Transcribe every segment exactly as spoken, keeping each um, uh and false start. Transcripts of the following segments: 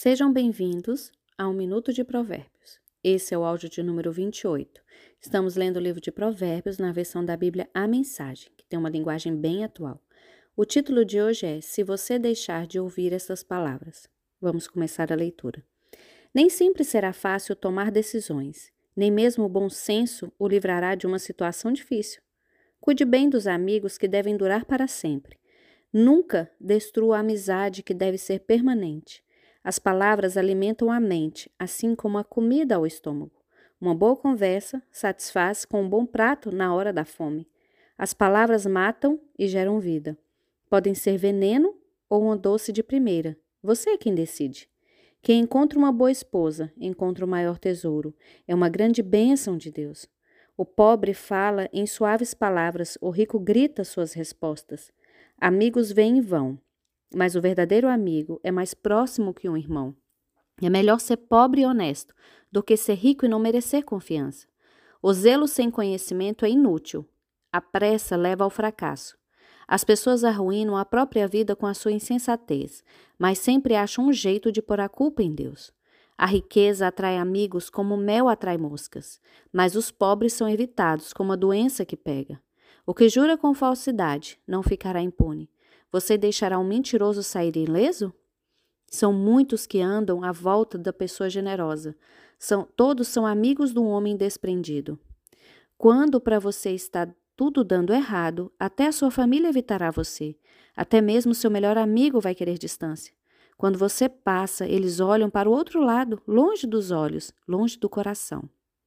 Sejam bem-vindos a um Minuto de Provérbios. Esse é o áudio de número vinte e oito. Estamos lendo o livro de Provérbios na versão da Bíblia A Mensagem, que tem uma linguagem bem atual. O título de hoje é Se Você Deixar de Ouvir Essas Palavras. Vamos começar a leitura. Nem sempre será fácil tomar decisões, nem mesmo o bom senso o livrará de uma situação difícil. Cuide bem dos amigos que devem durar para sempre. Nunca destrua a amizade que deve ser permanente. As palavras alimentam a mente, assim como a comida ao estômago. Uma boa conversa satisfaz com um bom prato na hora da fome. As palavras matam e geram vida. Podem ser veneno ou um doce de primeira. Você é quem decide. Quem encontra uma boa esposa, encontra o maior tesouro. É uma grande bênção de Deus. O pobre fala em suaves palavras, o rico grita suas respostas. Amigos vêm e vão, mas o verdadeiro amigo é mais próximo que um irmão. É melhor ser pobre e honesto do que ser rico e não merecer confiança. O zelo sem conhecimento é inútil. A pressa leva ao fracasso. As pessoas arruinam a própria vida com a sua insensatez, mas sempre acham um jeito de pôr a culpa em Deus. A riqueza atrai amigos como o mel atrai moscas, mas os pobres são evitados como a doença que pega. O que jura com falsidade não ficará impune. Você deixará um mentiroso sair ileso? São muitos que andam à volta da pessoa generosa. São, todos são amigos do homem desprendido. Quando para você está tudo dando errado, até a sua família evitará você. Até mesmo seu melhor amigo vai querer distância. Quando você passa, eles olham para o outro lado, longe dos olhos, longe do coração.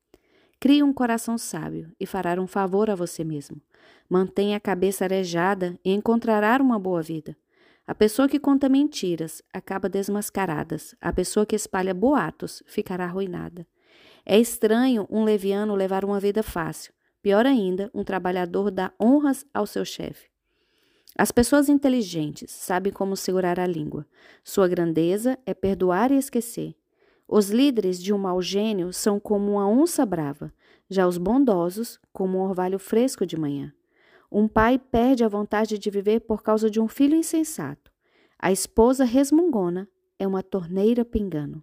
Crie um coração sábio e fará um favor a você mesmo. Mantenha a cabeça arejada e encontrará uma boa vida. A pessoa que conta mentiras acaba desmascarada. A pessoa que espalha boatos ficará arruinada. É estranho um leviano levar uma vida fácil. Pior ainda, um trabalhador dá honras ao seu chefe. As pessoas inteligentes sabem como segurar a língua. Sua grandeza é perdoar e esquecer. Os líderes de um mau gênio são como uma onça brava, já os bondosos como um orvalho fresco de manhã. Um pai perde a vontade de viver por causa de um filho insensato. A esposa resmungona é uma torneira pingando.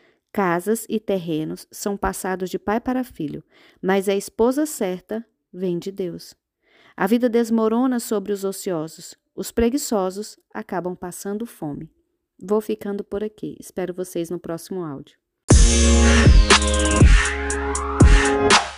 Casas e terrenos são passados de pai para filho, mas a esposa certa vem de Deus. A vida desmorona sobre os ociosos. Os preguiçosos acabam passando fome. Vou ficando por aqui. Espero vocês no próximo áudio.